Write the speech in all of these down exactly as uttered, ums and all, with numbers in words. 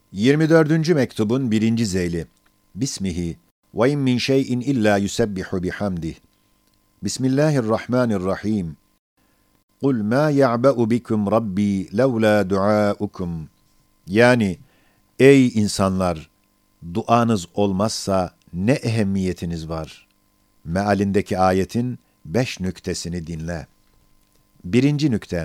yirmi dördüncü mektubun birinci zeyli. Bismihi ve in min şeyin illa yusebbihu bihamdih. Bismillahirrahmanirrahim. Kul ma ya'ba'u bikum rabbi levla duaukum. Yani ey insanlar, duanız olmazsa ne ehemmiyetiniz var? Mealindeki ayetin beş nüktesini dinle. Birinci nükte.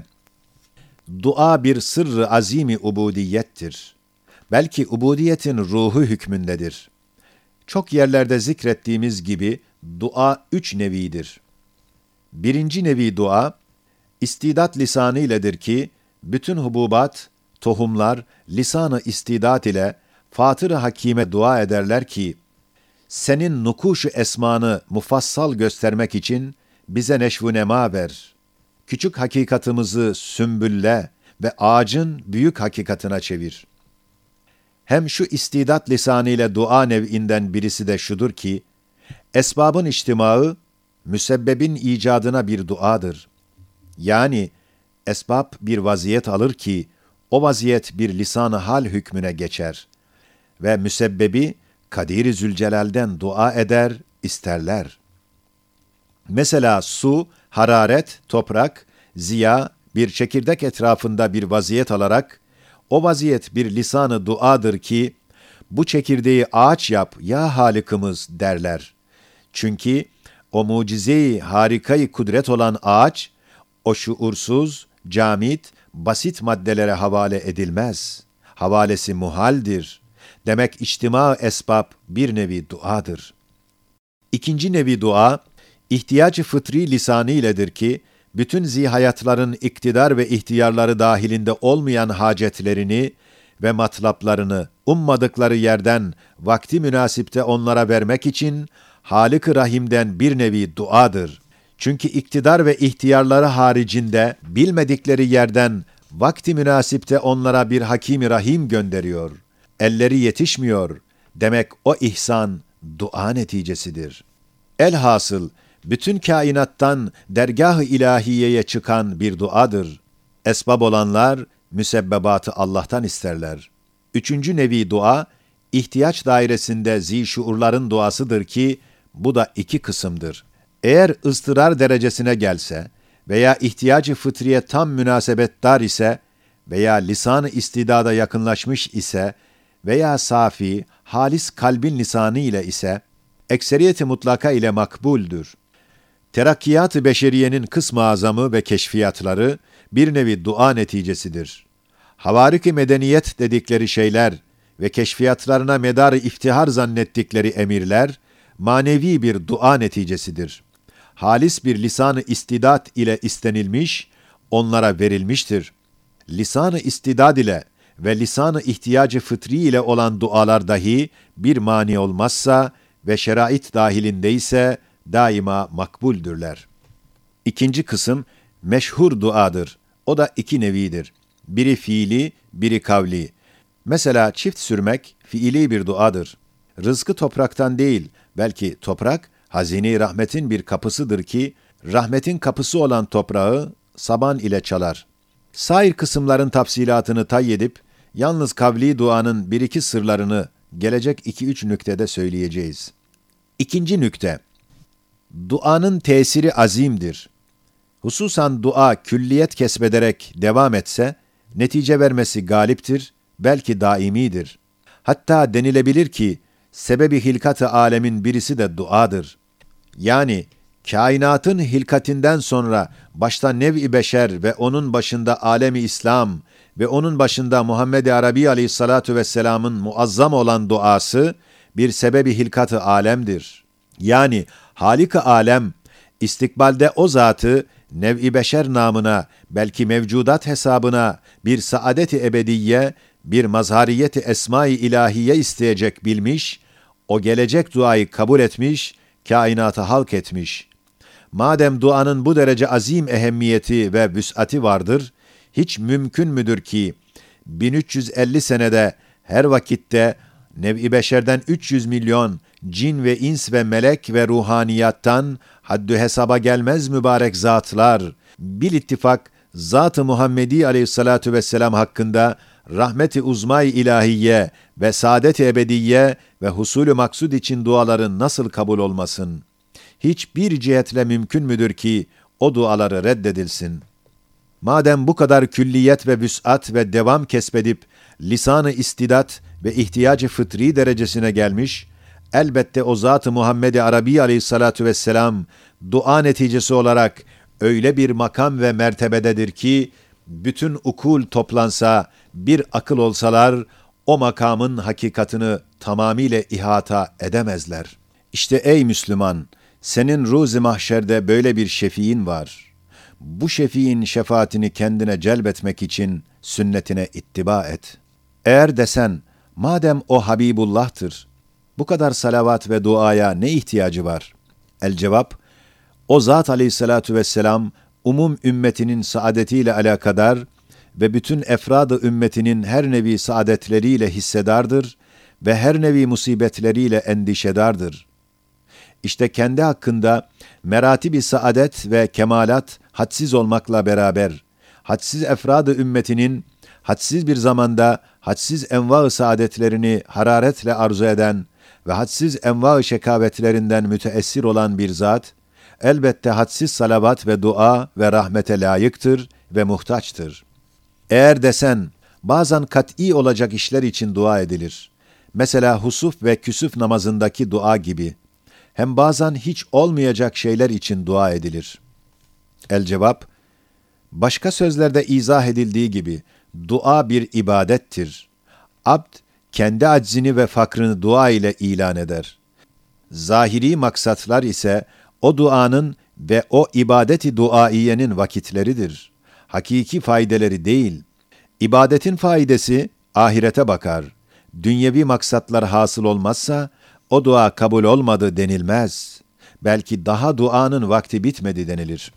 Dua bir sırrı azimi ubudiyettir. Belki ubudiyetin ruhu hükmündedir. Çok yerlerde zikrettiğimiz gibi dua üç nevidir. Birinci nevi dua, istidat lisanı iledir ki, bütün hububat, tohumlar, lisanı istidat ile Fatır-ı Hakîm'e dua ederler ki, senin nukuş-u esmanı mufassal göstermek için bize neşv-ü nema ver. Küçük hakikatımızı sümbülle ve ağacın büyük hakikatına çevir. Hem şu istidat lisanı ile dua nev'inden birisi de şudur ki, esbabın içtimaı, müsebbebin icadına bir duadır. Yani, esbab bir vaziyet alır ki, o vaziyet bir lisan-ı hal hükmüne geçer ve müsebbebi Kadir-i Zülcelal'den dua eder, isterler. Mesela su, hararet, toprak, ziya, bir çekirdek etrafında bir vaziyet alarak, o vaziyet bir lisan-ı duadır ki, bu çekirdeği ağaç yap ya Halık'ımız derler. Çünkü o mucize-i harikayı kudret olan ağaç, o şuursuz, camit, basit maddelere havale edilmez. Havalesi muhaldir. Demek içtima esbab bir nevi duadır. İkinci nevi dua, ihtiyac-ı fıtri lisanı iledir ki, bütün zihayatların iktidar ve ihtiyarları dahilinde olmayan hacetlerini ve matlaplarını ummadıkları yerden vakti münasipte onlara vermek için Halık-ı Rahim'den bir nevi duadır. Çünkü iktidar ve ihtiyarları haricinde bilmedikleri yerden vakti münasipte onlara bir Hakim-i Rahim gönderiyor. Elleri yetişmiyor. Demek o ihsan dua neticesidir. Elhasıl bütün kainattan dergâh-ı ilahiyeye çıkan bir duadır. Esbab olanlar müsebbebatı Allah'tan isterler. Üçüncü nevi dua, ihtiyaç dairesinde zişuurların duasıdır ki, bu da iki kısımdır. Eğer ıstırar derecesine gelse veya ihtiyacı fıtriye tam münasebetdar ise veya lisan-ı istidada yakınlaşmış ise veya safi, halis kalbin lisanı ile ise ekseriyeti mutlaka ile makbuldür. Terakkiyat-ı beşeriyenin kısmı azamı ve keşfiyatları bir nevi dua neticesidir. Havarik-i medeniyet dedikleri şeyler ve keşfiyatlarına medar-ı iftihar zannettikleri emirler, manevi bir dua neticesidir. Halis bir lisan-ı istidat ile istenilmiş, onlara verilmiştir. Lisan-ı istidad ile ve lisan-ı ihtiyacı fıtri ile olan dualar dahi bir mani olmazsa ve şerait dahilindeyse daima makbuldürler. İkinci kısım meşhur duadır. O da iki nevidir. Biri fiili, biri kavli. Mesela çift sürmek fiili bir duadır. Rızkı topraktan değil, belki toprak, hazine-i rahmetin bir kapısıdır ki, rahmetin kapısı olan toprağı saban ile çalar. Sair kısımların tafsilatını tayyedip, yalnız kavli duanın bir iki sırlarını gelecek iki üç nüktede söyleyeceğiz. İkinci nükte, duanın tesiri azimdir. Hususan dua külliyet kesbederek devam etse, netice vermesi galiptir, belki daimidir. Hatta denilebilir ki, sebebi hilkat-ı alemin birisi de duadır. Yani, kainatın hilkatinden sonra başta nev-i beşer ve onun başında alemi İslam ve onun başında Muhammed-i Arabi aleyhissalatu vesselamın muazzam olan duası bir sebebi hilkat-ı alemdir. Yani, Halik-i alem, istikbalde o zatı nev-i beşer namına, belki mevcudat hesabına bir saadet-i ebediyye, bir mazhariyet-i esma-i ilahiye isteyecek bilmiş, o gelecek duayı kabul etmiş, kainata halk etmiş. Madem duanın bu derece azim ehemmiyeti ve vüs'ati vardır, hiç mümkün müdür ki bin üç yüz elli senede her vakitte nev-i beşerden üç yüz milyon cin ve ins ve melek ve ruhaniyattan haddü hesaba gelmez mübarek zatlar bil ittifak Zat-ı Muhammedi aleyhissalatu vesselam hakkında rahmet-i uzma-i ilahiye ve saadet-i ebediye ve husulü maksud için duaların nasıl kabul olmasın? Hiçbir cihetle mümkün müdür ki o duaları reddedilsin? Madem bu kadar külliyet ve vüs'at ve devam kesbedip lisan-ı istidat ve ihtiyacı fıtri derecesine gelmiş, elbette o Zat-ı Muhammed-i Arabi aleyhissalatu vesselam dua neticesi olarak öyle bir makam ve mertebededir ki, bütün ukul toplansa, bir akıl olsalar, o makamın hakikatını tamamıyla ihata edemezler. İşte ey Müslüman, senin ruz-i mahşerde böyle bir şefiin var. Bu şefiin şefaatini kendine celbetmek için sünnetine ittiba et. Eğer desen, madem o Habibullah'tır, bu kadar salavat ve duaya ne ihtiyacı var? El cevap, o Zat aleyhissalatu vesselam, umum ümmetinin saadetiyle alakadar ve bütün efrad-ı ümmetinin her nevi saadetleriyle hissedardır ve her nevi musibetleriyle endişedardır. İşte kendi hakkında merati-i saadet ve kemalat hadsiz olmakla beraber, hadsiz efrad-ı ümmetinin hadsiz bir zamanda hadsiz enva-ı saadetlerini hararetle arzu eden ve hadsiz enva-ı şekavetlerinden müteessir olan bir zat, elbette hadsiz salavat ve dua ve rahmete layıktır ve muhtaçtır. Eğer desen, bazen kat'î olacak işler için dua edilir. Mesela husuf ve küsuf namazındaki dua gibi. Hem bazen hiç olmayacak şeyler için dua edilir. El cevap, başka sözlerde izah edildiği gibi, dua bir ibadettir. Abd, kendi aczini ve fakrını dua ile ilan eder. Zahiri maksatlar ise, o duanın ve o ibadeti duaiyenin vakitleridir. Hakiki faydeleri değil. İbadetin faydası ahirete bakar. Dünyevi maksatlar hasıl olmazsa, o dua kabul olmadı denilmez. Belki daha duanın vakti bitmedi denilir.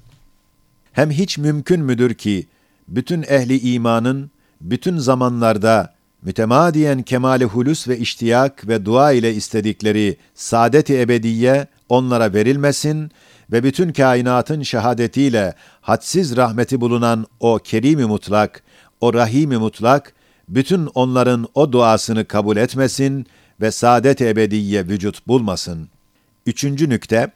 Hem hiç mümkün müdür ki, bütün ehli imanın, bütün zamanlarda, mütemadiyen kemali hulus ve iştiyak ve dua ile istedikleri saadet-i ebediye onlara verilmesin ve bütün kainatın şehadetiyle hadsiz rahmeti bulunan o kerim-i mutlak, o rahim-i mutlak, bütün onların o duasını kabul etmesin ve saadet-i ebediye vücut bulmasın. Üçüncü nükte,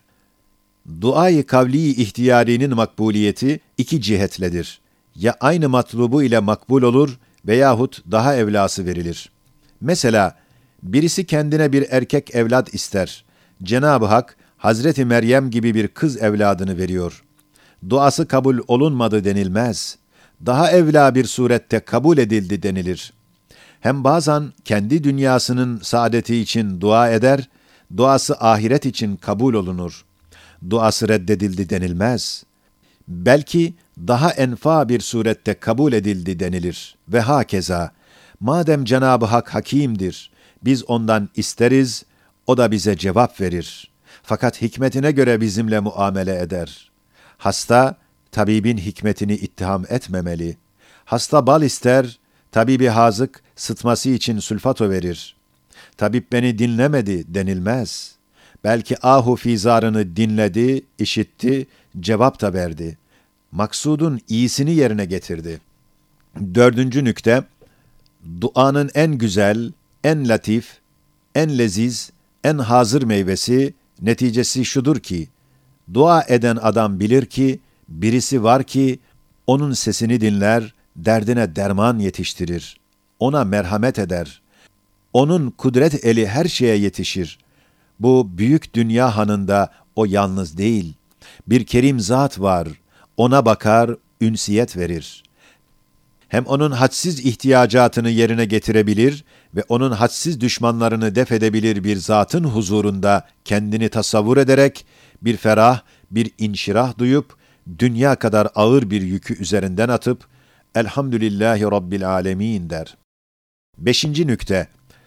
dua-i kavli-i ihtiyarinin makbuliyeti iki cihetledir. Ya aynı matlubu ile makbul olur veyahut daha evlası verilir. Mesela, birisi kendine bir erkek evlat ister. Cenab-ı Hak, Hazreti Meryem gibi bir kız evladını veriyor. Duası kabul olunmadı denilmez. Daha evla bir surette kabul edildi denilir. Hem bazen kendi dünyasının saadeti için dua eder, duası ahiret için kabul olunur. Duası reddedildi denilmez. Belki daha enfa bir surette kabul edildi denilir. Ve hakeza, madem Cenab-ı Hak hakimdir, biz ondan isteriz, o da bize cevap verir. Fakat hikmetine göre bizimle muamele eder. Hasta, tabibin hikmetini ittiham etmemeli. Hasta bal ister, tabibi hazık, sıtması için sülfato verir. Tabip beni dinlemedi denilmez. Belki ahu fizarını dinledi, işitti, cevap da verdi. Maksudun iyisini yerine getirdi. Dördüncü nükte, duanın en güzel, en latif, en leziz, en hazır meyvesi, neticesi şudur ki, dua eden adam bilir ki, birisi var ki, onun sesini dinler, derdine derman yetiştirir, ona merhamet eder. Onun kudret eli her şeye yetişir. Bu büyük dünya hanında o yalnız değil. Bir kerim zat var, ona bakar, ünsiyet verir. Hem onun hadsiz ihtiyacatını yerine getirebilir ve onun hadsiz düşmanlarını def edebilir bir zatın huzurunda kendini tasavvur ederek, bir ferah, bir inşirah duyup, dünya kadar ağır bir yükü üzerinden atıp, Elhamdülillahi Rabbil Alemin der. Beşinci nükte,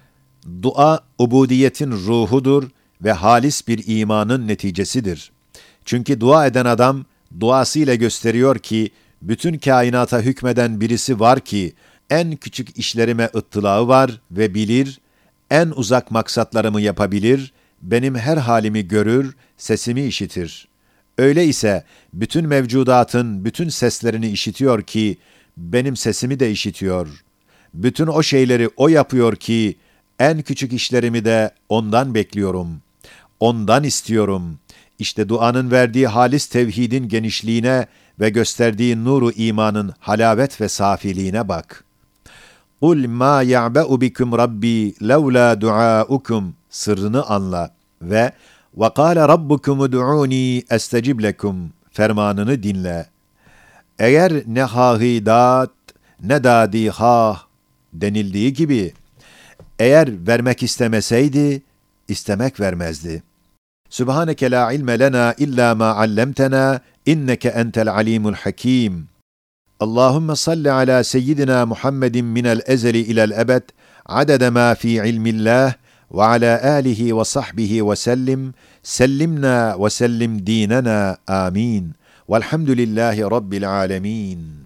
dua, ubudiyetin ruhudur ve halis bir imanın neticesidir. Çünkü dua eden adam, duasıyla gösteriyor ki, bütün kainata hükmeden birisi var ki, en küçük işlerime ıttılağı var ve bilir, en uzak maksatlarımı yapabilir, benim her halimi görür, sesimi işitir. Öyle ise, bütün mevcudatın bütün seslerini işitiyor ki, benim sesimi de işitiyor. Bütün o şeyleri o yapıyor ki, en küçük işlerimi de ondan bekliyorum. Ondan istiyorum. İşte duanın verdiği halis tevhidin genişliğine ve gösterdiği nuru imanın halavet ve safiliğine bak. قُلْ مَا يَعْبَأُ بِكُمْ رَبِّي لَوْلَا دُعَاؤُكُمْ sırrını anla ve وَقَالَ رَبُّكُمُ دُعُونِي اَسْتَجِبْ لَكُمْ fermanını dinle. Eğer ne hahidat ne dadi hah denildiği gibi, eğer vermek istemeseydi, istemek vermezdi. Sübhaneke la ilme lena illa ma allamtena inneke entel alimul hakim. Allahümme salli ala seyyidina Muhammedin minel ezeli ilel ebed adede ma fi ilmillah ve ala alihi ve sahbihi ve sellim sellimna ve sellim dinena amin. Velhamdülillahi Rabbil alemin.